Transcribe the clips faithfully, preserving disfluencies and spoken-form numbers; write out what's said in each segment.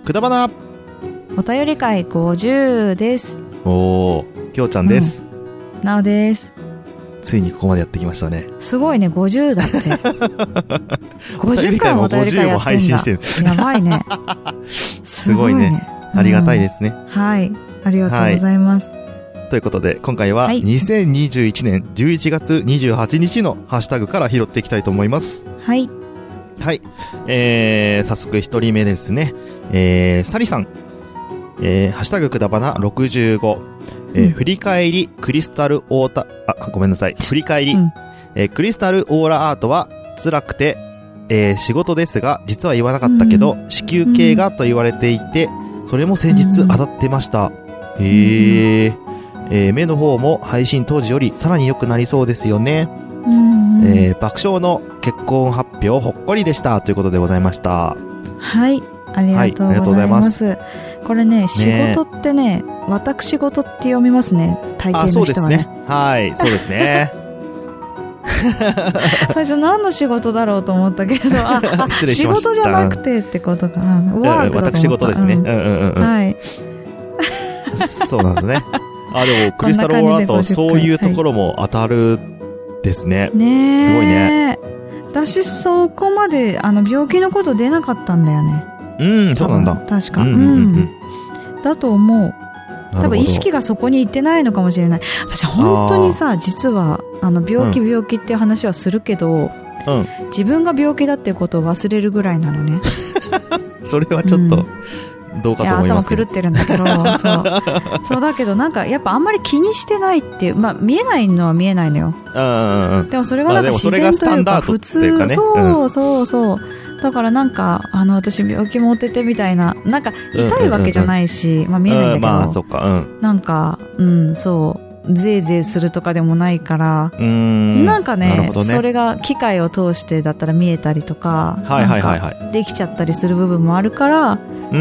くだばなお便り会ごじゅうです。 おー、きょうちゃんです。 うん、なおです。 ついにここまでやってきましたね。 すごいね、ごじゅうだって。ごじゅっかいもお便り会やってんだ。ごじゅうも配信してる。やばいね。 すごいね。すごいね、うん。ありがたいですね。 はい。ありがとうございます。 はい、ということで、今回はにせんにじゅういちねんじゅういちがつにじゅうはちにちのハッシュタグから拾っていきたいと思います。 はい。 はい。えー、早速一人目ですね。えー、サリさん。えー、ハッシュタグくだばなろくじゅうご。えーうん、振り返りクリスタルオータ、あ、ごめんなさい。振り返り、うんえー、クリスタルオーラアートは辛くて、えー、仕事ですが、実は言わなかったけど、うん、子宮系がと言われていて、それも先日当たってました。うん、へー、えー。目の方も配信当時よりさらに良くなりそうですよね。うんえー、爆笑の結婚発表ほっこりでしたということでございました。 はい。ありがとうございます。はい、これね、仕事ってね、私事って読みますね。大抵の人はね。あ、そうですね。 はい、そうですね。 最初何の仕事だろうと思ったけど、あ、あ失礼しました。仕事じゃなくてってことか。ワークだと思った。 私事ですね。うんうんうんうん。 はい。 そうなんだね。あ、でもクリスタルオーラートそういうところも当たるですね。 ねえ。 すごいね。 私そこまであの病気のこと出なかったんだよね。 うん、そうなんだ。 確か。うん、うんうん。だと思う。多分意識がそこに行ってないのかもしれない。私本当にさ、実はあの病気病気っていう話はするけど、うん、自分が病気だっていうことを忘れるぐらいなのね。 それはちょっと、うん、どうかと思いますけど。 いや頭狂ってるんだけど、そうそうだけどなんかやっぱあんまり気にしてないっていう、まあ見えないのは見えないのよ。 うんうん、 でもそれがなんか自然というか普通、 まあ、 そうそうそう。だからなんかあの私病気持っててみたいな、なんか痛いわけじゃないし、うんうんうん、まあ見えないんだけど、 まあそっか、うん、 なんかうんそうゼーゼーするとかでもないから、 うーんなんか ね, ねそれが機械を通してだったら見えたりとか、 はいはいはいはい、 なんかできちゃったりする部分もあるから、 うん、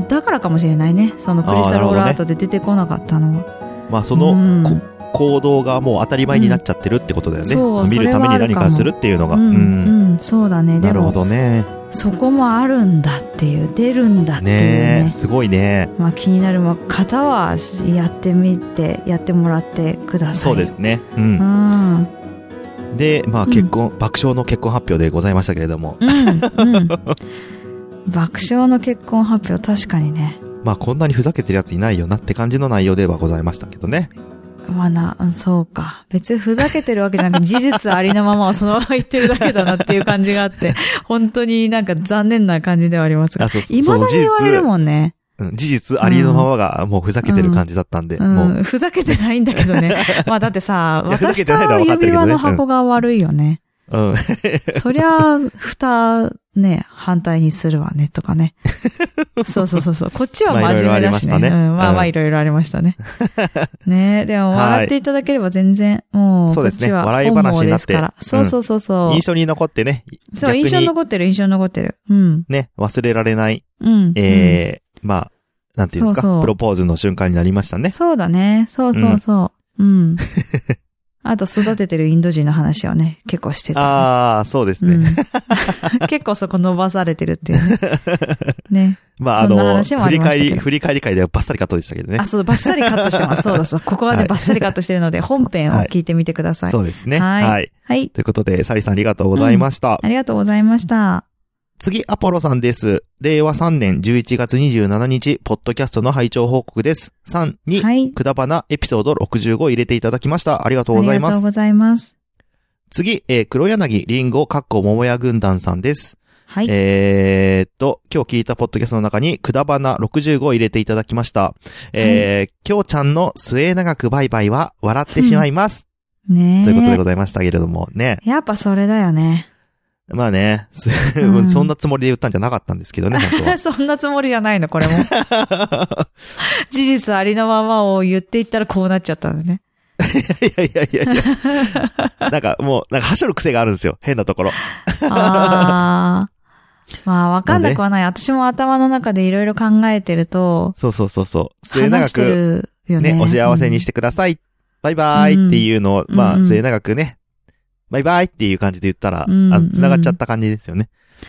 だからかもしれないね。そのクリスタルオーラアートで出てこなかったのは、ね、 まあその、うん行動がもう当たり前になっちゃってるってことだよね。うん、見るために何かするっていうのが。 うん、うんうん、そうだね。 なるほどね。 そこもあるんだっていう、出るんだっていうね。 ねすごいね。 まあ気になる方はやってみて、やってもらってください。 そうですね。うん。うん、で、まあ結婚、うん、爆笑の結婚発表でございましたけれども。 うん、うん。爆笑の結婚発表、確かにね。 まあこんなにふざけてるやついないよなって感じの内容ではございましたけどね。 まあな、そうか。別にふざけてるわけじゃなくて、事実ありのままをそのまま言ってるだけだなっていう感じがあって、本当になんか残念な感じではありますが。未だに言われるもんね。 うん、事実ありのままがもうふざけてる感じだったんで。 うんもううん、ふざけてないんだけどね。まあだってさ、私と指輪の箱が悪いよね。うん。そりゃ、蓋、ね、反対にするわね、とかね。そうそうそうそう。こっちは真面目だしね。まあ、いろいろありましたね。うん、まあまあいろいろありましたね。ねでも笑っていただければ全然、もう、こっちは本望ですから。そうそうそうそう、うん。 印象に残ってね。 そう、印象に残ってる、印象に残ってる。うん。 ね、忘れられない。 うん。 えー、うん、まあ、なんていうんですかそうそう、プロポーズの瞬間になりましたね。 そうだね。そうそうそう。うん。うんあと育ててるインド人の話をね、結構してた、ね。 ああ、そうですね、 うん。結構そこ伸ばされてるっていうね。ね。 まあ、あの、振り返り、振り返り会ではバッサリカットでしたけどね。 あ、そう、バッサリカットしてます。そうだそう。ここはね、はい、バッサリカットしてるので、本編を聞いてみてください。 はい、そうですね。 はい。 はい。 はい。 ということで、サリさんありがとうございました。うん、 ありがとうございました。 次、アポロさんです。れいわさんねんじゅういちがつにじゅうしちにち、ポッドキャストの拝聴報告です。さんに、はい、くだばなエピソードろくじゅうご入れていただきました。ありがとうございます。 ありがとうございます。 次、えー、黒柳りんごかっこ桃屋軍団さんです。 はい。 えーっと、今日聞いたポッドキャストの中に、くだばなろくじゅうご入れていただきました。えー、はい、きょうちゃんの末永くバイバイは笑ってしまいます。 うん、ねえ。 ということでございましたけれどもね。 やっぱそれだよね。 まあね、うん、そんなつもりで言ったんじゃなかったんですけどね、本当は。 そんなつもりじゃないの、これも。事実ありのままを言っていったらこうなっちゃったんだね。 いやいやいやいや。なんかもう、なんかはしょる癖があるんですよ、変なところ。 ああ。まあわかんなくはない。私も頭の中でいろいろ考えてると。 そうそうそうそう。末永く、ね、お幸せにしてください。うん、バイバイっていうのを、うん、まあ、末永くね、バイバイっていう感じで言ったら、うん、あの、繋がっちゃった感じですよね。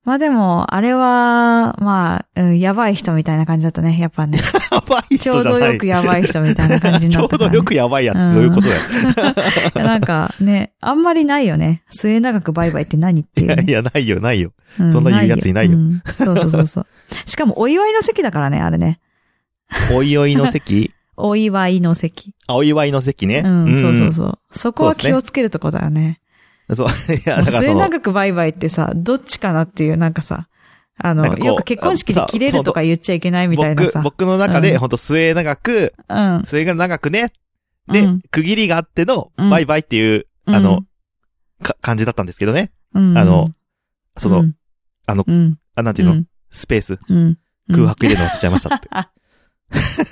まあでも、あれは、まあ、うん、やばい人みたいな感じだったね、やっぱね。 やばい人じゃない。 ちょうどよくやばい人みたいな感じになったから、ね。 ちょうどよくやばいやつってどういうことだよ。 うん、なんかね、あんまりないよね。末永くバイバイって何っていう、ね。 いやいや、ないよ、ないよ。うん、そんな言うやついないよ。 うん、そうそうそうそう。しかも、お祝いの席だからね、あれね。 お祝いの席お祝いの席。 あ、お祝いの席ね。 うん、うん、そうそうそう。そこは気をつけるとこだよね。 そう、いや、だから末永くバイバイってさ、どっちかなっていう、なんかさ、あの、よく結婚式で切れるとか言っちゃいけないみたいなさ。 僕、僕の中で、うん、ほんと末永く、うん。末が長くね。で、うん、区切りがあっての、バイバイっていう、うん、あの、か、感じだったんですけどね。うん。あの、その、うん、あの、うん、あ、なんていうの、うん、スペース。うん。空白入れるの忘れちゃいましたって。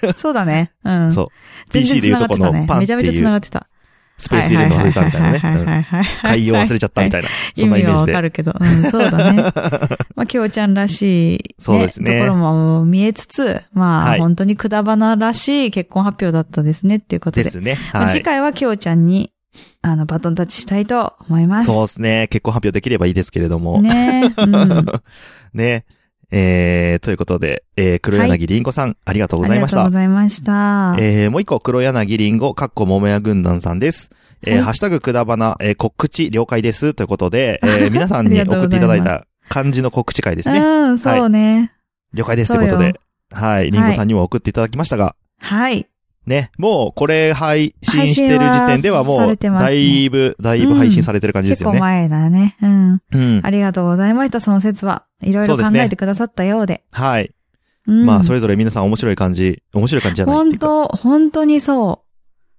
そうだね。うん。 そう。ピーシー でいうとこのパンっていう。 めちゃめちゃ繋がってた。 スペース入れるの忘れたみたいなね。はいはいはいはい。海洋忘れちゃったみたいな。そんなイメージで。意味はわかるけど。うん、そうだね。まあ、きょうちゃんらしい、ね、そうですね。ところも見えつつ、まあ、はい、本当にくだばならしい結婚発表だったですねっていうことで。 ですね。はい。 まあ、次回はきょうちゃんに、あの、バトンタッチしたいと思います。 そうですね。結婚発表できればいいですけれども。 ねうん。 ねえー、ということで、えー、黒柳りんごさん、はい、ありがとうございました。 ありがとうございました。 えー、もう一個、黒柳りんご、かっこ桃屋軍団さんです。えー、はい、ハッシュタグくだばな、えー、告知了解です。ということで、えー、皆さんに送っていただいた漢字の告知会ですね。 うん、そうね、はい。 了解です。ということで、はい、りんごさんにも送っていただきましたが。 はい。 ね、もうこれ配信してる時点ではもう、だいぶ、だいぶ配信されてる感じですよね。 うん、結構前だね。うん。うん。ありがとうございました、その説は。いろいろ考えてくださったようで。 うでね、はい。うん、まあ、それぞれ皆さん面白い感じ、面白い感じじゃないっていうか。 本当本当にそう。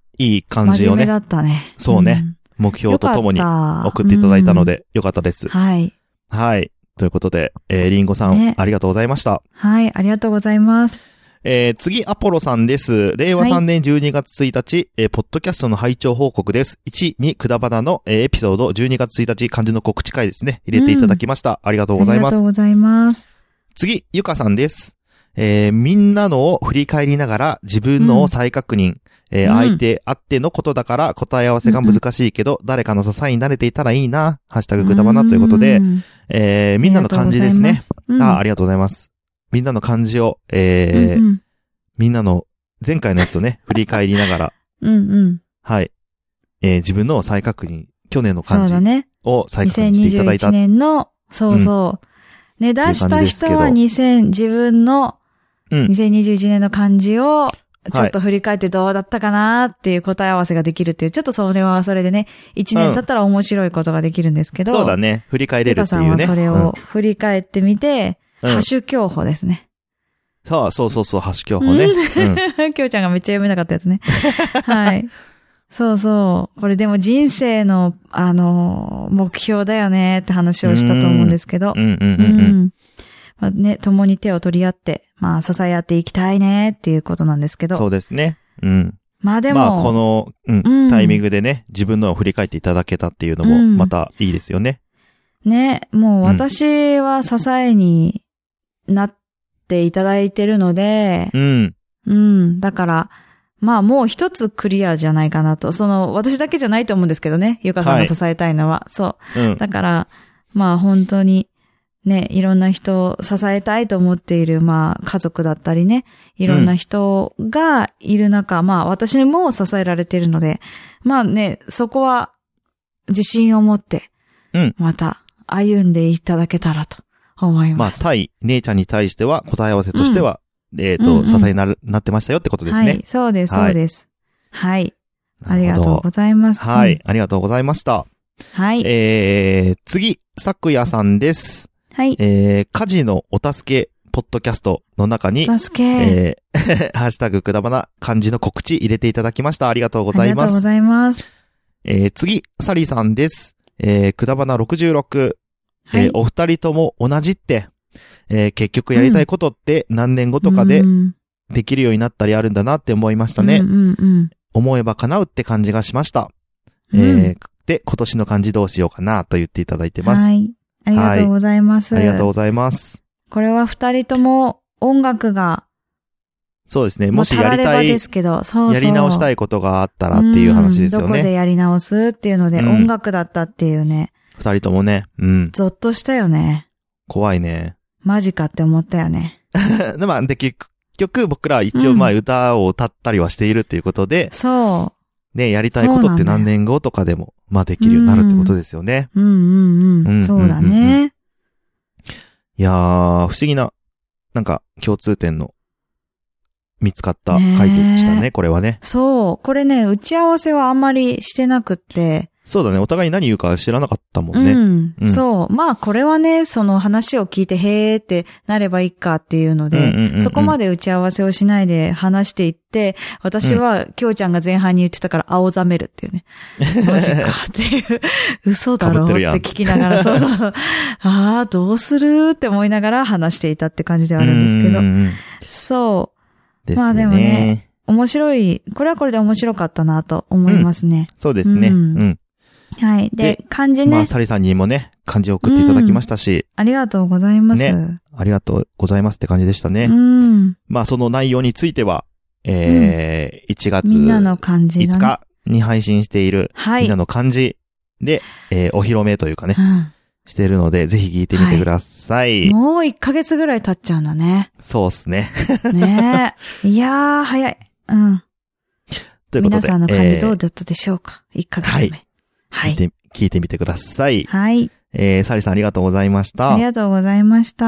いい感じをね。 真面目だったね。 そうね。うん、目標とともに送っていただいたので、よかったです。 はい。 はい。ということで、えー、りんごさん、ね、ありがとうございました。 はい、ありがとうございます。 えー、次、アポロさんです。れいわさんねんじゅうにがつついたち、はい、えー、ポッドキャストの拝聴報告です。いち、に、くだばなの、えー、エピソードじゅうにがつついたち、漢字の告知会ですね。入れていただきました。うん、ありがとうございます。ありがとうございます。 次、ゆかさんです。えー、みんなのを振り返りながら自分のを再確認。うん、えー、相手あってのことだから答え合わせが難しいけど、うん、誰かの支えに慣れていたらいいな。ハッシュタグくだばなということで、えー、みんなの漢字ですね。あ、あ、ありがとうございます。みんなの漢字を、えー、うんうんみんなの前回のやつをね、振り返りながら。 うんうん。 はい。えー、自分の再確認、去年の漢字を再確認していただいた。 にせんにじゅういちねんの、そうそう。うん、ね、出した人はにせん、自分のにせんにじゅういちねんの漢字を、ちょっと振り返ってどうだったかなっていう答え合わせができるっていう、ちょっとそれはそれでね、いちねん経ったら面白いことができるんですけど。 うん、そうだね。振り返れるっていうね。 ゆかさんはそれを振り返ってみて、うん、ハッシュ競歩ですね。 そうそうそうそう、ハッシュ競歩ね。 うん。きょうちゃんがめっちゃ読めなかったやつね。はい。そうそう。これでも人生の、あの、目標だよねって話をしたと思うんですけど。 うんうんうんうん。うんまあね、共に手を取り合って、まあ支え合っていきたいねっていうことなんですけど。 そうですね。うん。 まあでも。 まあこの、うん、うん、タイミングでね、自分のを振り返っていただけたっていうのも、またいいですよね。 うん、ね、もう私は支えになって、っていただいてるので、 うん。 うん。だから、まあもう一つクリアじゃないかなと。その、私だけじゃないと思うんですけどね。ゆかさんが支えたいのは。はい、そう、うん。だから、まあ本当に、ね、いろんな人を支えたいと思っている、まあ家族だったりね、いろんな人がいる中、うん、まあ私も支えられているので、まあね、そこは自信を持って、 うん。 また歩んでいただけたらと。思います。 まあ、対姉ちゃんに対しては、答え合わせとしては、うん、えっ、ー、と、うんうん、支えになる、なってましたよってことですね。 はい、そうです、そうです。はい。ありがとうございます。 はい、うん、ありがとうございました。 はい。 えー、次、さくやさんです。 はい。 えー、家事のお助け、ポッドキャストの中に、 お助け。 えー、ハッシュタグくだばな、漢字の告知入れていただきました。ありがとうございます。ありがとうございます。 えー、次、サリーさんです。えー、くだばなろくじゅうろく。はい、えー、お二人とも同じって、えー、結局やりたいことって何年後とかでできるようになったりあるんだなって思いましたね。 うんうんうん、 思えば叶うって感じがしました。 うん、 えー、で、今年の漢字どうしようかなと言っていただいてます。 はい。ありがとうございます。 はい、ありがとうございます。 これは二人とも音楽が、 そうですね。もしやりたい、 ですけどそうそうやり直したいことがあったらっていう話ですよね。 どこでやり直すっていうので、音楽だったっていうね。 二人ともね、うん。 ゾッとしたよね。 怖いね。 マジかって思ったよね。 で、まあ、で、結局僕ら一応まあ歌を歌ったりはしているっていうことで、うん、 そう。 ね、やりたいことって何年後とかでも、まあできるようになるってことですよね。 うんうんうん。そうだね。 いやー、不思議な、なんか共通点の見つかった回でしたね、ねこれはね。 そう。これね、打ち合わせはあんまりしてなくって。 そうだね。お互い何言うか知らなかったもんね。 うん。うん、そう。まあ、これはね、その話を聞いて、へーってなればいいかっていうので、うんうんうんうん、そこまで打ち合わせをしないで話していって、私は、きょうちゃんが前半に言ってたから青ざめるっていうね。マジかっていう。嘘だろって聞きながら、そうそう。ああ、どうするって思いながら話していたって感じではあるんですけど。うんうん、そう。まあでもね、面白い、これはこれで面白かったなと思いますね。 うん、そうですね。うん。うんはい。で、漢字ね。 まあ、サリさんにもね、漢字を送っていただきましたし、 うん。ありがとうございます。 ね。ありがとうございますって感じでしたね。 うん。 まあ、その内容については、えー、うん、いちがついつかみんなの漢字に配信している、はい。みんなの漢字で、えー、お披露目というかね、うん、しているので、ぜひ聞いてみてください。 はい、もういっかげつぐらい経っちゃうんだね。 そうっすね。 ねえ。いやー、早い。うん。 ということで。 皆さんの漢字どうだったでしょうか、えー、いっかげつめ。はいはい。聞いて、聞いてみてください。 はい。 えー、サリさんありがとうございました。 ありがとうございました。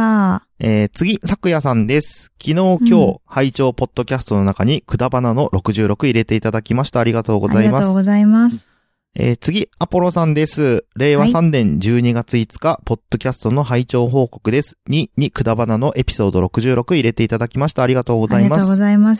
えー、次、さくやさんです。昨日、今日、うん、拝聴ポッドキャストの中に、くだばなのろくじゅうろく入れていただきました。ありがとうございます。ありがとうございます。 えー、次、アポロさんです。れいわさんねんじゅうにがついつか、はい、ポッドキャストの拝聴報告です。に、に、くだばなのエピソードろくじゅうろく入れていただきました。ありがとうございます。ありがとうございます。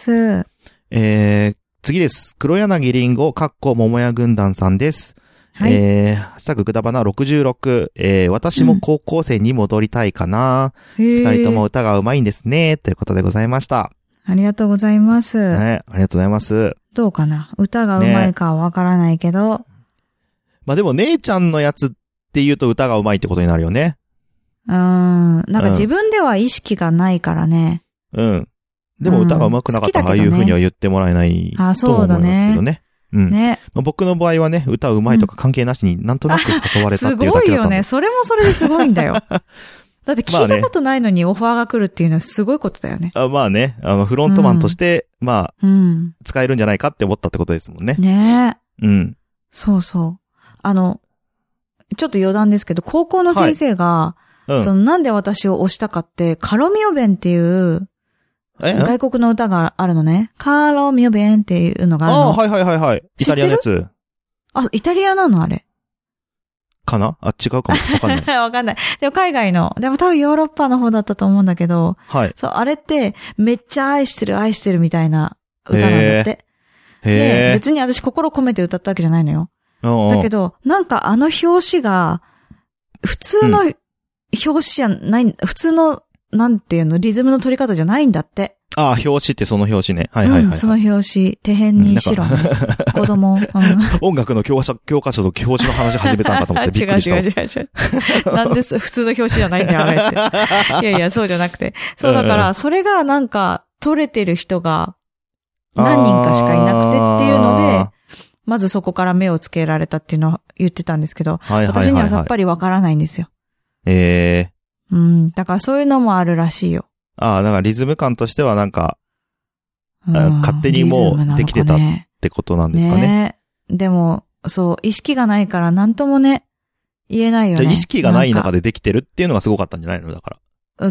えー、次です。黒柳りんご、かっこ桃屋軍団さんです。はい、えー、ハッシュタグくだばなろくじゅうろく、えー、私も高校生に戻りたいかな。うん、二人とも歌が上手いんですね。ということでございました。 ありがとうございます。 はい、ありがとうございます。 どうかな歌が上手いかはわからないけど、ね。 まあでも姉ちゃんのやつって言うと歌が上手いってことになるよね。 うーん。なんか自分では意識がないからね。 うん。でも歌が上手くなかったら、ああいう風には言ってもらえないと思いますけどね。あ、そうだね。うん。ね。まあ、僕の場合はね、歌うまいとか関係なしになんとなく誘われたっていうだけだった、うん、すごいよね。 それもそれですごいんだよ。だって聞いたことないのにオファーが来るっていうのはすごいことだよね。 あまあね、あの、フロントマンとして、うん、まあ、うん、使えるんじゃないかって思ったってことですもんね。 ねえ。うん。 そうそう。あの、ちょっと余談ですけど、高校の先生が、はいうん、そのなんで私を推したかって、カロミオベンっていう、外国の歌があるのね。カロミオベンっていうのがあるの。 ああ、はいはいはいはい。イタリアのやつ。 あ、イタリアなのあれ。 かなあ、違うかも。わかんない。 わかんない。でも海外の、でも多分ヨーロッパの方だったと思うんだけど、 はい。 そう、あれって、めっちゃ愛してる愛してるみたいな歌なんだって。へで、別に私心込めて歌ったわけじゃないのよ。 おうおうだけど、なんかあの表紙が、普通の表紙じゃない、うん、普通の、なんていうの、リズムの取り方じゃないんだって。 ああ、表紙ってその表紙ね。はいはいはい、はいうん。 その表紙、手辺に白の、子供、うん。 音楽の教科書、教科書と表紙の話始めたんかと思ってびっくりした。 違う違う違う違う。なんです、普通の表紙じゃないんだよ、あれって。いやいや、そうじゃなくて。そうだから、それがなんか、取れてる人が何人かしかいなくてっていうので、まずそこから目をつけられたっていうのを言ってたんですけど、はいはいはいはい、私にはさっぱりわからないんですよ。 ええー。うん。だからそういうのもあるらしいよ。 ああ、だからリズム感としてはなんか、うん、勝手にもうできてたってことなんですかね。ねでも、そう、意識がないから何ともね、言えないよね。 意識がない中でできてるっていうのがすごかったんじゃないのだから。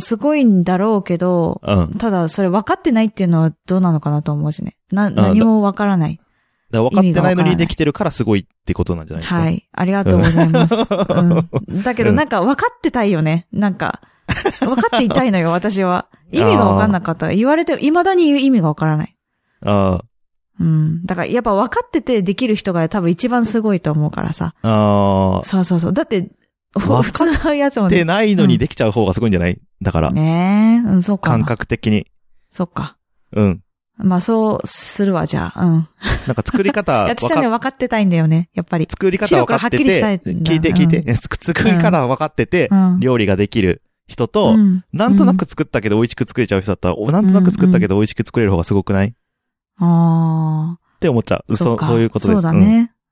すごいんだろうけど、うん、ただそれ分かってないっていうのはどうなのかなと思うしね。な、何も分からない。 だ分かってないのにできてるからすごいってことなんじゃないですか。 はい。ありがとうございます。うん、だけどなんか分かってたいよね。なんか、分かっていたいのよ、私は。意味が分かんなかった。言われて、未だに言う意味が分からない。 ああ。 うん。だからやっぱ分かっててできる人が多分一番すごいと思うからさ。 ああ。 そうそうそう。だって、普通のやつもね。分かってないのにできちゃう方がすごいんじゃない、うん、だから。 ねえ、うん、そうか。 感覚的に。 そっか。 うん。 まあそうするわ、じゃあ。うん。 なんか作り方。 私はね、分かってたいんだよね、やっぱり。 作り方分かってて。聞いて、聞いて。うん、作り方分かってて、うん、料理ができる人と、うん、なんとなく作ったけど美味しく作れちゃう人だったら、うん、なんとなく作ったけど美味しく作れる方がすごくない、 うんうん、ああ。 って思っちゃう。そう、そういうことです。 そうだね。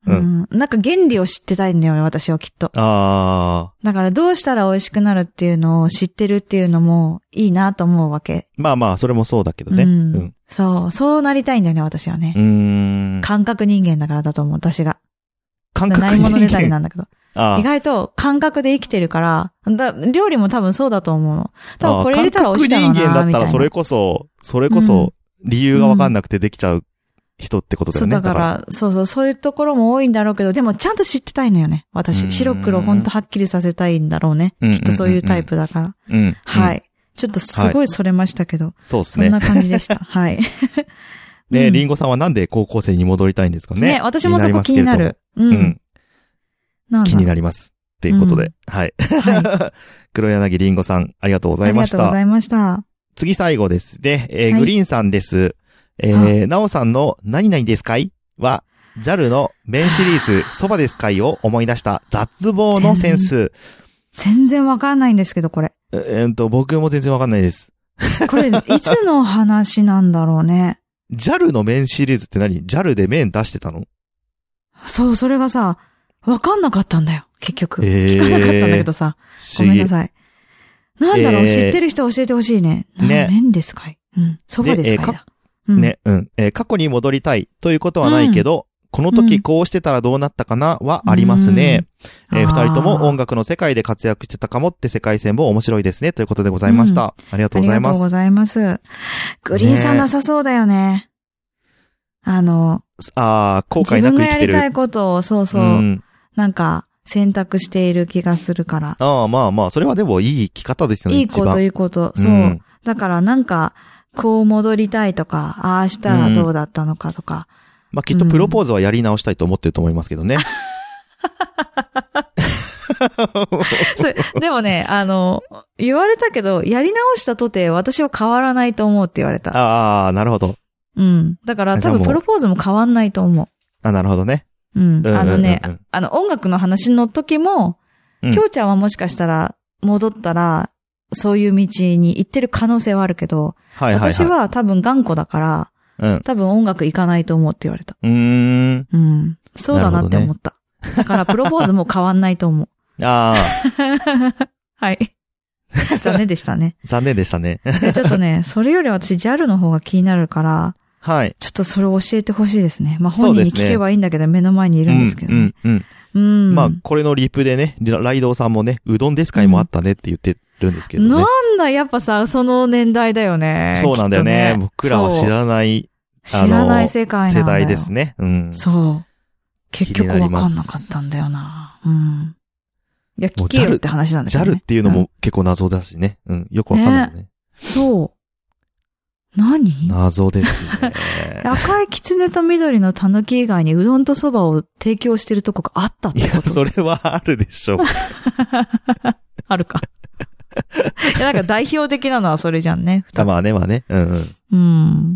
うん。 うん、なんか原理を知ってたいんだよね、私はきっと。 ああ。 だからどうしたら美味しくなるっていうのを知ってるっていうのもいいなと思うわけ。 まあまあ、それもそうだけどね。 うん。 うん、 そう、そうなりたいんだよね、私はね。 うーん。 感覚人間だからだと思う、私が。 感覚人間。 ないものねだりなんだけど。 ああ、 意外と感覚で生きてるから、だ料理も多分そうだと思うの。多分これ入れたら美味しいだろうな、みたいな。 感覚人間だったらそれこそ、それこそ理由がわかんなくてできちゃう人ってことだよね。 そう、だから、そうそう、そういうところも多いんだろうけど、でもちゃんと知ってたいのよね。私、白黒ほんとはっきりさせたいんだろうね。きっとそういうタイプだから。 うん。 はい。ちょっとすごいそれましたけど。 そうですね。 そんな感じでした。はい。 ね、リンゴさんはなんで高校生に戻りたいんですかね。 ね、私もそこ気になる。うん。 気になります。っていうことで。はい。黒柳りんごさん、ありがとうございました。 ありがとうございました。 次最後ですね。えー、グリーンさんです。えー、なおさんの何々ですかいは、ジャル の麺シリーズ、そばですかいを思い出した雑望のセンス。 全然わからないんですけど、これ。 えー、っと、僕も全然わかんないです。 これ、いつの話なんだろうね。 ジャル の麺シリーズって何？ ジャル で麺出してたの？ そう、それがさ、わかんなかったんだよ、結局。えー、聞かなかったんだけどさ。ごめんなさい。なんだろう、えー、知ってる人教えてほしいね。ね。麺ですかい？うん。そばですかいだ。 うん、ね、うん、えー。過去に戻りたいということはないけど、うん、この時こうしてたらどうなったかなはありますね。うん、えー、二人とも音楽の世界で活躍してたかもって世界線も面白いですね。ということでございました。うん、ありがとうございます。ありがとうございます。グリーンさんなさそうだよね。あの、 ああ、後悔なく生きてる。 自分がやりたいことを、そうそう、うん、なんか、選択している気がするから。 ああ、まあまあ、それはでもいい生き方ですよね。 いいこと、いいこと。そう。うん、だからなんか、こう戻りたいとか、ああしたらどうだったのかとか。 うん、まあきっとプロポーズはやり直したいと思ってると思いますけどね。 それでもね、あの、言われたけど、やり直したとて私は変わらないと思うって言われた。 ああ、なるほど。 うん。だから多分プロポーズも変わんないと思う。 あ、なるほどね。 うん。あのね、あの音楽の話の時も、きょうちゃんはもしかしたら戻ったら、そういう道に行ってる可能性はあるけど、はいはいはい、私は多分頑固だから、うん、多分音楽行かないと思うって言われた。 うーん。 うん。そうだなって思った。ね、だからプロポーズも変わんないと思う。 ああ。はい。残念でしたね。 残念でしたね。 ちょっとね、それより私 ジャル の方が気になるから、 はい。 ちょっとそれを教えてほしいですね。まあ本人に聞けばいいんだけど、ね、目の前にいるんですけどね。 うん、うん、うん。うん。まあこれのリプでね、ライドウさんもね、うどんですかいもあったねって言ってるんですけどね。 なんだ、やっぱさ、その年代だよね。 そうなんだよね。ね僕らは知らない、 知らない世界なんだよ。 世代ですね。うん。 そう。結局わかんなかったんだよな。うん。いや、聞けよって話なんだけどね。 ジャル っていうのも結構謎だしね。うん。よくわかんないよね。 ねそう。何？ 謎ですね。 赤い狐と緑の狸以外にうどんとそばを提供してるとこがあったってこと？いや、 それはあるでしょう。 あるか。いや、なんか代表的なのはそれじゃんね。 まあね、まあね。うんうん。 うん。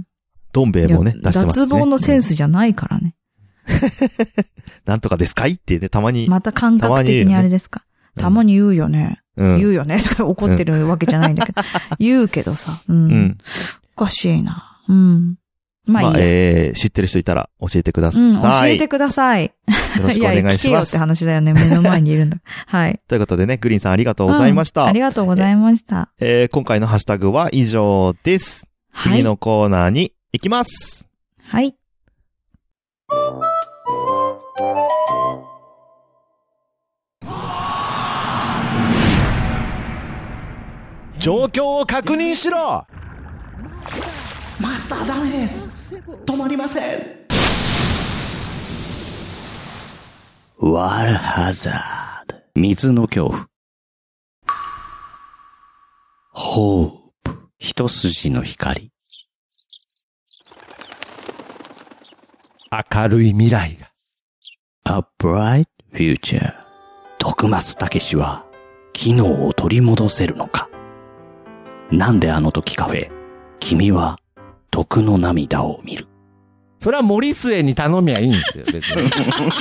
どん兵衛もね、出してますね。 脱帽のセンスじゃないからね。 なんとかですかいってね、たまに。 まと感覚的にあれですか。たまに言うよね。うん、言うよね。とか怒ってるわけじゃないんだけど。言うけどさ。うん。うん、おかしいな。うん。まあいいや。まあ、 えー、知ってる人いたら教えてください。 うん、教えてください。 よろしくお願いします。いや、聞けよって話だよね。目の前にいるんだ。はい。 ということでね、グリーンさんありがとうございました。 うん、ありがとうございました。 えー、今回のハッシュタグは以上です。はい、次のコーナーに行きます。 はい。 状況を確認しろ。 マスターダメです。止まりません。 ワールハザード。水の恐怖。ホープ。一筋の光。 明るい未来が。A bright future。徳増たけしは機能を取り戻せるのか。なんであの時カフェ、君は徳の涙を見る。 それは森末に頼みゃいいんですよ、別に。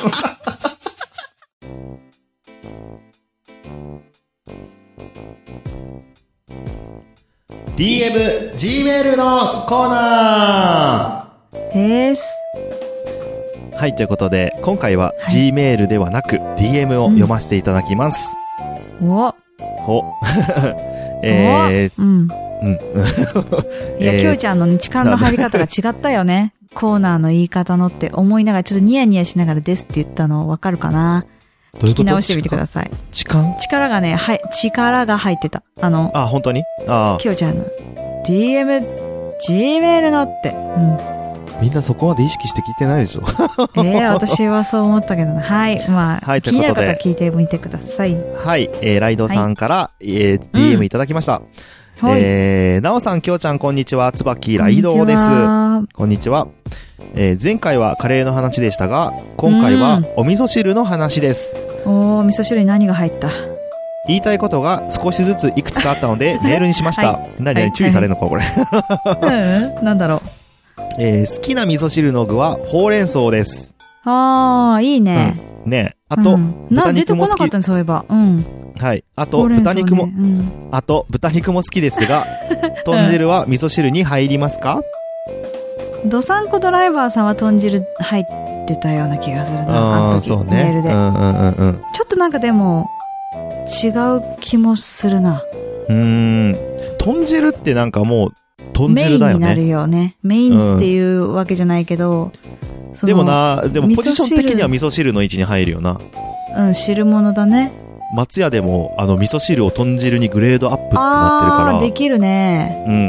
ディーエム、ジーメール のコーナーです。 はい、ということで、今回は G メールではなく ディーエム を読ませていただきます。 うん、おおえー、うん。うん。 いや、きょうちゃんの、ね、力の入り方が違ったよね。コーナーの言い方のって思いながら、ちょっとニヤニヤしながらですって言ったのわかるかな？どういうこと？聞き直してみてください。 力？ 力がね、はい、力が入ってた。あの、 あ、本当に？ああ。 きょうちゃんの ディーエム、G メールのって。うん。 みんなそこまで意識して聞いてないでしょ。 ええー、私はそう思ったけどな。はい。まあ、はい、気になる方は聞いてみてください。 はい。えー、ライドさんから、はい、えー、ディーエム いただきました。うん、えー、なおさん、きょうちゃん、こんにちは。つばきライドです。こんにちは。えー、前回はカレーの話でしたが、今回はお味噌汁の話です。 うん、おー、味噌汁に何が入った？ 言いたいことが少しずついくつかあったのでメールにしました。はい、何々注意されるのか、これ。 うん、なんだろう。 えー、好きな味噌汁の具はほうれん草です。 あー、いいね。 うん、ねあと、うん、豚肉も好き。 出てこなかったね、そういえば。うん。 はい。あと、豚肉も、ねうん、あと、豚肉も好きですが、豚汁は味噌汁に入りますか？ ドサンコドライバーさんは豚汁入ってたような気がするな。 あの時、 そうね、メールで、うんうんうんうん。ちょっとなんかでも、違う気もするな。 うーん。豚汁ってなんかもう、豚汁だよね。 メインになるよね。メインっていうわけじゃないけど、 うん、でもな、でもポジション的には味噌汁の位置に入るよな。 うん、汁物だね。 松屋でも、あの、味噌汁を豚汁にグレードアップってなってるから。 あー、できるね。 うん。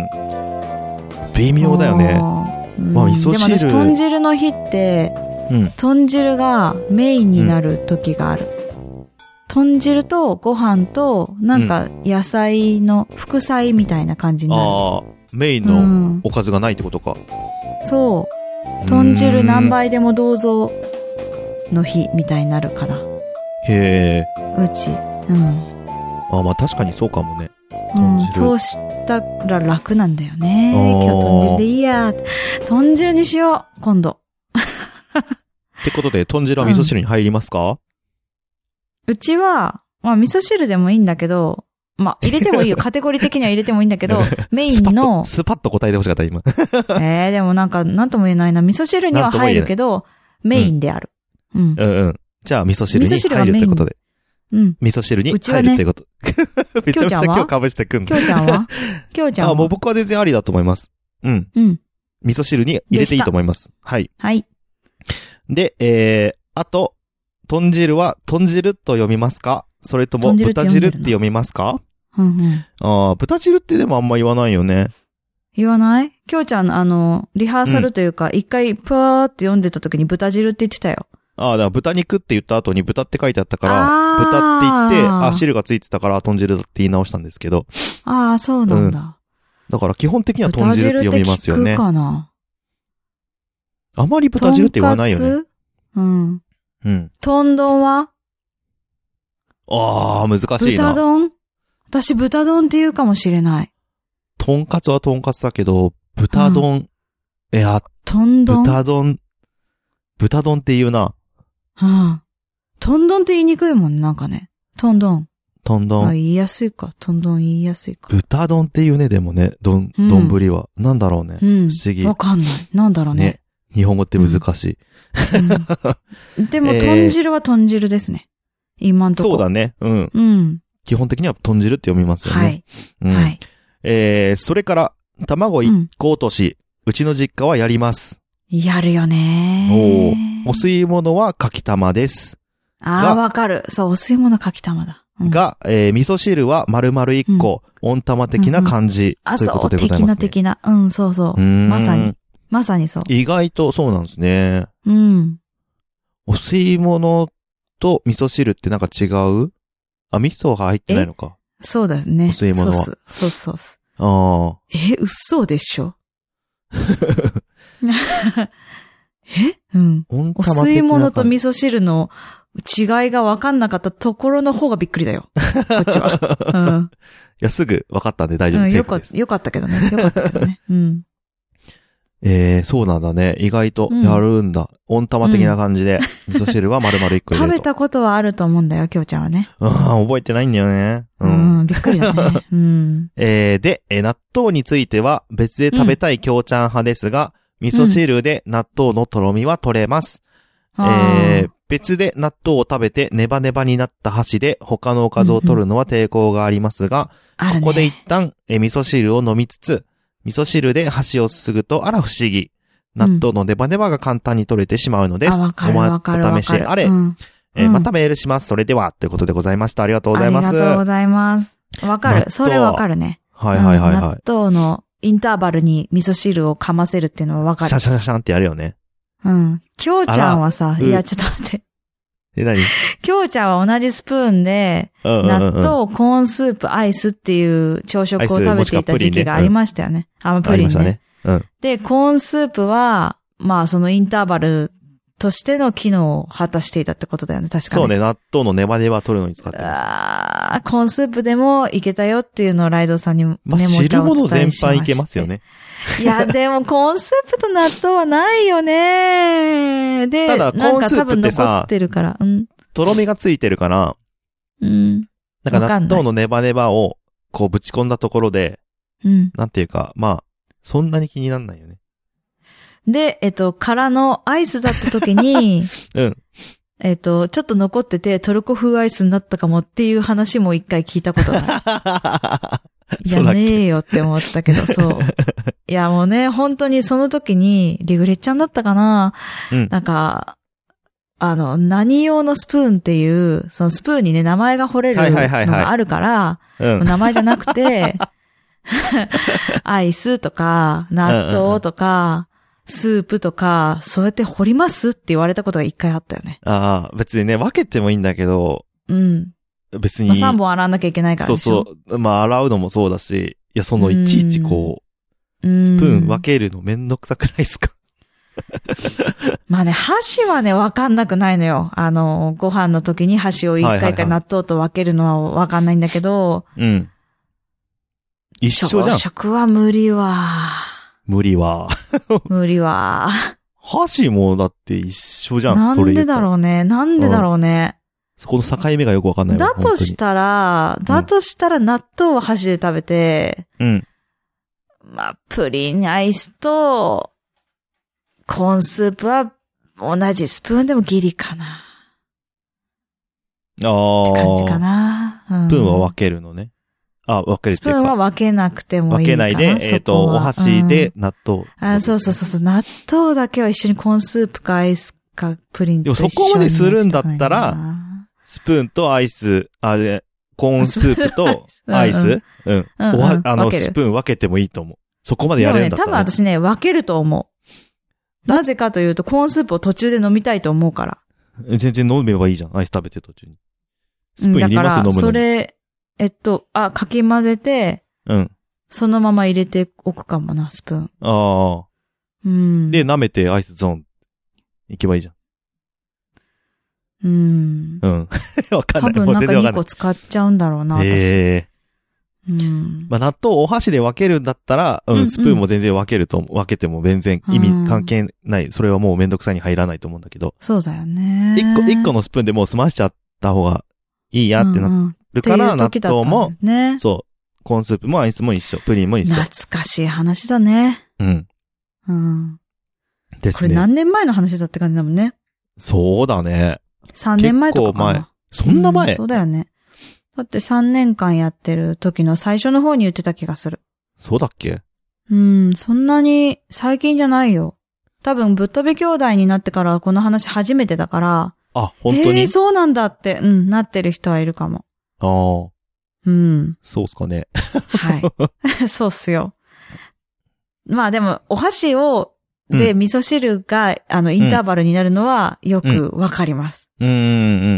微妙だよね。 うん、まあ、味噌汁。でも私、豚汁の日って、うん、豚汁がメインになる時がある。うん、豚汁とご飯と、なんか野菜の副菜みたいな感じになる。ああ、 メインのおかずがないってことか。 うん、そう。豚汁何杯でもどうぞの日みたいになるかな。 へえ。 うち。うん。 あ、まあ確かにそうかもね。 うん、そうしたら楽なんだよね。今日豚汁でいいや。豚汁にしよう、今度。 ってことで、豚汁は味噌汁に入りますか？ うん、うちは、まあ味噌汁でもいいんだけど、まあ入れてもいいよ。カテゴリー的には入れてもいいんだけど、メインの。 スパッと答えてほしかった、今。 えー、でもなんか、なんとも言えないな。味噌汁には入るけど、メインである。うん。 うんうん。じゃあ味噌汁に入るということで。 うん。 味噌汁に入るということ。ね、めちゃめちゃ今日被してくんの。 きょうちゃんはきょうちゃんはあ、もう僕は全然ありだと思います。うん。うん。味噌汁に入れていいと思います。はい。 はい。 で、えー、あと、豚汁は豚汁と読みますか？それとも豚汁って読みますか？ うんうん。 ああ、豚汁ってでもあんま言わないよね。 言わない？きょうちゃん、あの、リハーサルというか、一、うん、回、ぷわーって読んでた時に豚汁って言ってたよ。 ああ、だから豚肉って言った後に豚って書いてあったから、豚って言って、あ、汁がついてたから豚汁だって言い直したんですけど。 ああ、そうなんだ、うん。 だから基本的には豚汁って読みますよね。 豚汁って聞くかな？ あまり豚汁って言わないよね。 うん。 うん。 豚丼は？ ああ、難しいな。 豚丼？私豚丼って言うかもしれない。 豚カツは豚カツだけど、豚丼、うん、いや、 豚丼豚丼、豚丼って言うな。 はあ。豚丼って言いにくいもんね、なんかね。豚丼。 豚丼。 あ、言いやすいか。豚丼言いやすいか。 豚丼って言うね、でもね。どん、どんぶりは。なんだろうね。うん。不思議。 わかんない。なんだろうね。ね。 日本語って難しい。 うんうん、でも、豚汁は豚汁ですね。今んとこ。 そうだね。うん。 うん。 基本的には豚汁って読みますよね。 はい。 うん、はい。えー、それから、卵一個落とし、うん、うちの実家はやります。 やるよねー。お、お吸い物はかきたまです。 ああ、わかる。そう、お吸い物かきたまだ。 うん、が、えー、味噌汁は丸々一個、うん、温玉的な感じ、うんうん、ということでございます、ね。 あ、そう、的な的な。うん、そうそう。まさに。まさにそう。 意外とそうなんですね。 うん。 お吸い物と味噌汁ってなんか違う？あ、味噌が入ってないのか。 そうだね。お吸い物は。 そうそうそうそう。 ああ。 え、嘘でしょえうん。お吸い物と味噌汁の違いが分かんなかったところの方がびっくりだよ。こっちは。うん。 いや、すぐ分かったんで大丈夫です。うん、 よかった、よかったけどね。よかったけどね。うん。 えー、そうなんだね。意外とやるんだ。うん、温玉的な感じで、うん、味噌汁は丸々一個入れると。 食べたことはあると思うんだよ、きょうちゃんはね。 うん、覚えてないんだよね。 うん、うん、びっくりだね。うん。 えー、で、えー、納豆については別で食べたいきょうちゃん派ですが、うん、味噌汁で納豆のとろみは取れます。 えー、別で納豆を食べてネバネバになった箸で他のおかずを取るのは抵抗がありますが、 うんうん、 ここで一旦、えー、味噌汁を飲みつつ、味噌汁で箸をすすぐと、あら不思議。納豆のネバネバが簡単に取れてしまうのです。 うん、あ、わかるわかるわかる。 お試しあれ。うんえーうん、またメールします。それでは、ということでございました。ありがとうございます。 ありがとうございます。わかる。それわかるね。 はいはいはいはい。 納豆のインターバルに味噌汁をかませるっていうのはわかる。 シャシャシャシャンってやるよね。 うん。きょうちゃんはさ、いや、ちょっと待って。 え、何？ きょうちゃんは同じスプーンで、うんうんうん、納豆、コーンスープ、アイスっていう朝食を食べていた時期がありましたよね。あ、プリンね。ありましたね。うん。で、コーンスープは、まあそのインターバルとしての機能を果たしていたってことだよね、確かに。 そうね、納豆のネバネバ取るのに使ってました。 ああ、コーンスープでもいけたよっていうのをライドさんにね、 まあ、汁物全般いけますよね。 いや、でもコーンスープと納豆はないよね。で、 ただコーンスープってさ、 残ってるから、うん。 とろみがついてるから、 うん。 なんか納豆のネバネバをこうぶち込んだところで、うん。なんていうか、まあ、そんなに気にならないよね。 で、えっと、空のアイスだった時に、うん。えっと、ちょっと残っててトルコ風アイスになったかもっていう話も一回聞いたことがある。いやねえよって思ったけど、そう。いやもうね、本当にその時に、リグレッちゃんだったかな、うん、なんか、あの、何用のスプーンっていう、そのスプーンにね、名前が彫れるのがあるから、名前じゃなくて、アイスとか、納豆とか、スープとか、そうやって掘りますって言われたことが一回あったよね。 ああ、別にね、分けてもいいんだけど、うん。別に。 まあ、さんぼん洗わなきゃいけないからでしょ。 そうそう。まあ、洗うのもそうだし、いや、その、いちいちこう、うスプーン分けるのめんどくさくないですか？ まあね、箸はね、分かんなくないのよ。あの、ご飯の時に箸を一回か納豆と分けるのは分かんないんだけど、うん。 一緒じゃん。 朝食は無理は。 無理は。 無理は。 箸もだって一緒じゃん。 なんでだろうね。なんでだろうね。 そこの境目がよくわかんないわ。 だとしたら、だとしたら納豆は箸で食べて、うん。まあ、プリン、アイスと、コーンスープは同じスプーンでもギリかな。 ああ。 って感じかな。 うん、スプーンは分けるのね。あ、分けるっていうか。スプーンは分けなくてもいいかな。 分けないで、えっ、ー、と、お箸で納豆、うん。 あ、そうそうそうそう。納豆だけは一緒にコーンスープかアイスかプリンと一緒に。 でもそこまでするんだったら、スプーンとアイス、あれ、コーンスープとアイス、うん、うん。うん、おあの、スプーン分けてもいいと思う。そこまでやれるんだったら、ね。 でもね、多分私ね、分けると思う。なぜかというと、コーンスープを途中で飲みたいと思うから。 全然飲めばいいじゃん。アイス食べて途中に。スプーン入れます、飲むのに。 それ、えっと、あ、かき混ぜて、うん。そのまま入れておくかもな、スプーン。 ああ。うん。で、舐めてアイスゾーン行けばいいじゃん。 うん。 うん。わかんない。 多分なんかにこ使っちゃうんだろうな、私。へえ。うん。 まあ、納豆をお箸で分けるんだったら、うん、スプーンも全然分けると、分けても全然意味関係ない。うん、それはもうめんどくさいに入らないと思うんだけど。 そうだよね。 一個、一個のスプーンでもう済ましちゃった方がいいやってなるから、うんうん、納豆も、ね、そう、コーンスープもアイスも一緒、プリンも一緒。 懐かしい話だね。 うん。 うん。 ですね。 これ何年前の話だって感じだもんね。 そうだね。 さんねんまえとかかな。 結構前。そんな前、 うん、そうだよね。だってさんねんかんやってる時の最初の方に言ってた気がする。 そうだっけ？ うん、そんなに最近じゃないよ。多分ぶっ飛び兄弟になってからこの話初めてだから。 あ、本当に？ えー、そうなんだって、うん、なってる人はいるかも。 ああ。 うん。 そうっすかね。 はい。そうっすよ。まあでも、お箸を、で、うん、味噌汁が、あの、インターバルになるのはよくわかります。 うん、うん、うん。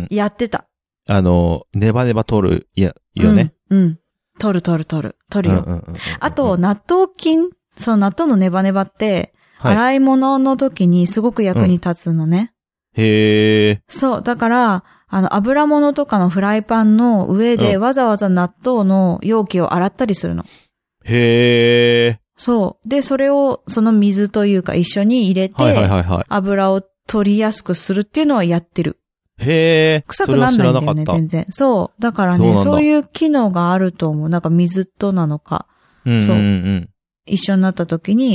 やってた。 あの、ネバネバ取る、いや、よね。 うん。うん、取る取る取る。取るよ。あと、納豆菌、その納豆のネバネバって、はい、洗い物の時にすごく役に立つのね。 うん、へえ。 そう。だから、あの、油物とかのフライパンの上でわざわざ納豆の容器を洗ったりするの。 へえ。 そう。で、それを、その水というか一緒に入れて、はいはいはいはい、油を取りやすくするっていうのはやってる。 へえ。 臭くならないんだよね、全然。そう。だからね、そう、そういう機能があると思う。なんか水となのか。 うんうんうん、 そう。一緒になった時に、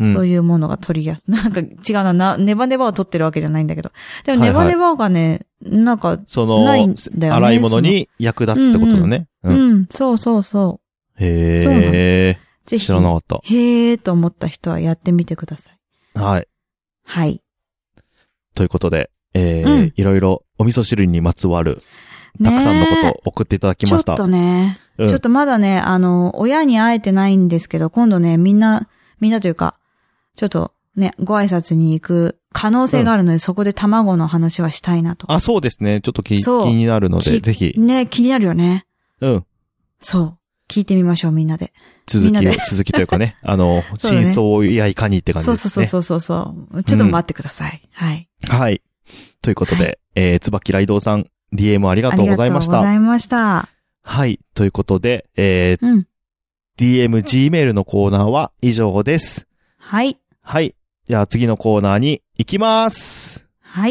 うん、そういうものが取りやすい。なんか違うな、な、ネバネバを取ってるわけじゃないんだけど。でもネバネバがね、はいはい、なんか、ないんだよね。 洗い物に役立つってことだね。 うん、うんうん、うん。そうそうそう。 へー。そうなの。ぜひ。知らなかった。 へーと思った人はやってみてください。 はい。 はい。 ということで、えー、うん、いろいろお味噌汁にまつわる、たくさんのことを送っていただきました。 ちょっとね、うん、ちょっとまだね、あの、親に会えてないんですけど、今度ね、みんな、みんなというか、ちょっとね、ご挨拶に行く可能性があるので、うん、そこで卵の話はしたいなと。 あ、そうですね。ちょっと気、気になるので、ぜひ。 ね、気になるよね。 うん。 そう。聞いてみましょう、みんなで。 続きを、続きというかね、あの、真相やいかにって感じですね。 そうそうそうそうそう。ちょっと待ってください。うん、はい。 はい。ということで、はい、えー、つばきらいどうさん、ディーエム ありがとうございました。 ありがとうございました。 はい。ということで、えー、うん、ディーエム、Gmail のコーナーは以上です。 はい。 はい。じゃあ次のコーナーに行きます。 はい。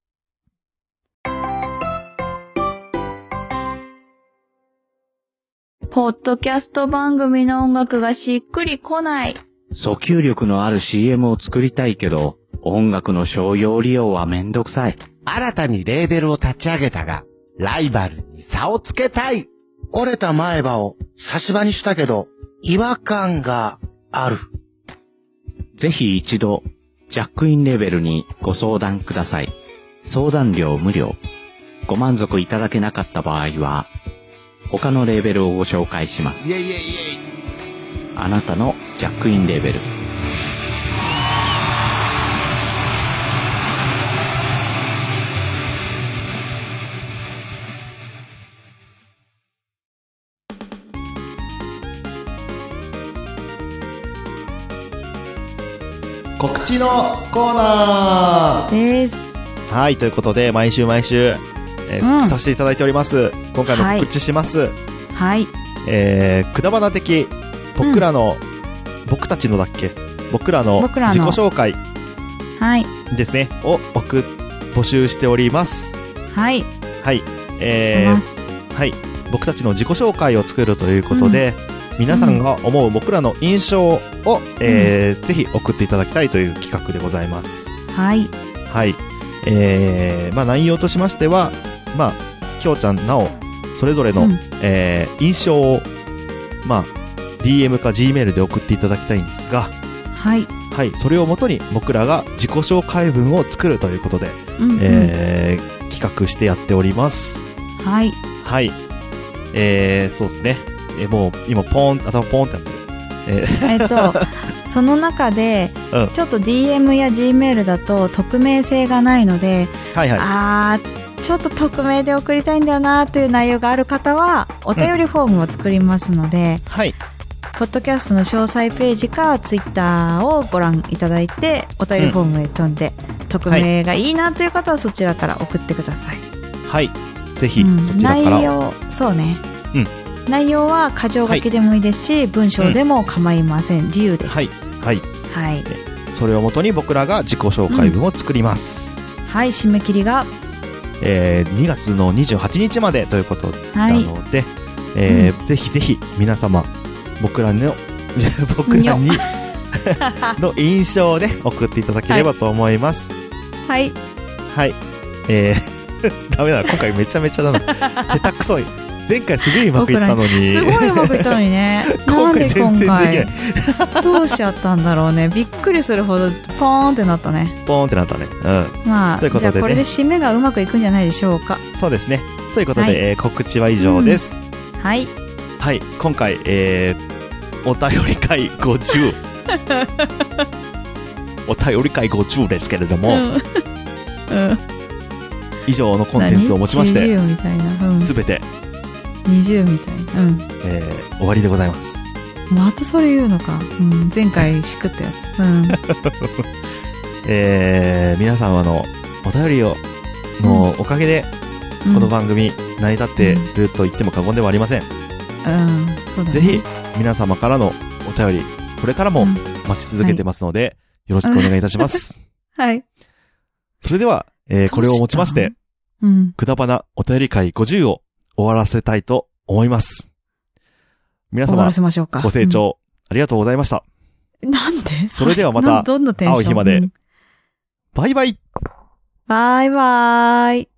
ポッドキャスト番組の音楽がしっくりこない。 訴求力のある シーエム を作りたいけど、音楽の商用利用はめんどくさい。 新たにレーベルを立ち上げたが、ライバルに差をつけたい。 折れた前歯を差し歯にしたけど、違和感がある。 ぜひ一度、ジャックインレベルにご相談ください。相談料無料。ご満足いただけなかった場合は、他のレーベルをご紹介します。 イェイイェイイェイ。 あなたのジャックインレベル。 告知のコーナーです。 はい、ということで毎週毎週、えーうん、させていただいております。今回も告知します。 はい。 えー、くだばな的僕らの、うん、僕たちのだっけ僕らの自己紹介はいですねを送募集しております。 はいはい、えー、はい僕たちの自己紹介を作るということで。うん皆さんが思う僕らの印象を、えーうん、ぜひ送っていただきたいという企画でございます。 はい。 はい。えー、まあ内容としましては、まあ、きょうちゃん、なお、それぞれの、うん、えー、印象を、まあ、ディーエム か Gmail で送っていただきたいんですが、 はい。 はい。それをもとに僕らが自己紹介文を作るということで、うんうん、えー、企画してやっております。 はい。 はい。えー、そうですね。えもう今ポーン頭ポーンってなってるえー、えっとその中で、うん、ちょっと ディーエム や Gmail だと匿名性がないので、 はいはい、 あーちょっと匿名で送りたいんだよなという内容がある方はお便りフォームを作りますので、 うん、はいポッドキャストの詳細ページかツイッターをご覧いただいてお便りフォームへ飛んで、うん、匿名がいいなという方はそちらから送ってください。 はいぜひ、うん、そちらから内容そうねうん内容は箇条書きでもいいですし、はい、文章でも構いません、うん、自由です。 はいはいはい。 それをもとに僕らが自己紹介文を作ります。 うん、はい締め切りが、 えー、にがつのにじゅうはちにちまでということなので、はいえーうん、ぜひぜひ皆様僕らの僕らにの印象をね送っていただければと思います。 はいはい、えー、ダメだ今回めちゃめちゃだな下手くそい。前回すごいうまくいったのにすごいうまくいったのにね今回全然できない。 どうしちゃったんだろうね。びっくりするほどポーンってなったね。 ポーンってなったね。うんまあということで、ね、じゃあこれで締めがうまくいくんじゃないでしょうか。 そうですねということで、はいえー、告知は以上です、 うん、はいはい今回、えー、お便り会ごじゅうお便り会ごじゅうですけれども、うんうん、以上のコンテンツをもちましてすべ、うん、てにじゅうみたいな、うんえー、終わりでございます。 またそれ言うのか、うん、前回しくったやつ、うんえー、皆様のお便りをのおかげで、うん、この番組成り立ってると言っても過言ではありません、 うんそうだね、 ぜひ皆様からのお便りこれからも待ち続けてますので、うんはい、よろしくお願いいたします、 うん、はいそれでは、えー、これをもちまして、 うん、 くだばなお便り会ごじゅうを終わらせたいと思います。皆様、ご清聴、うん、ありがとうございました。 なんでそれではまた、 どんなテンション会う日まで。 うんバイバイ。 バイバイ。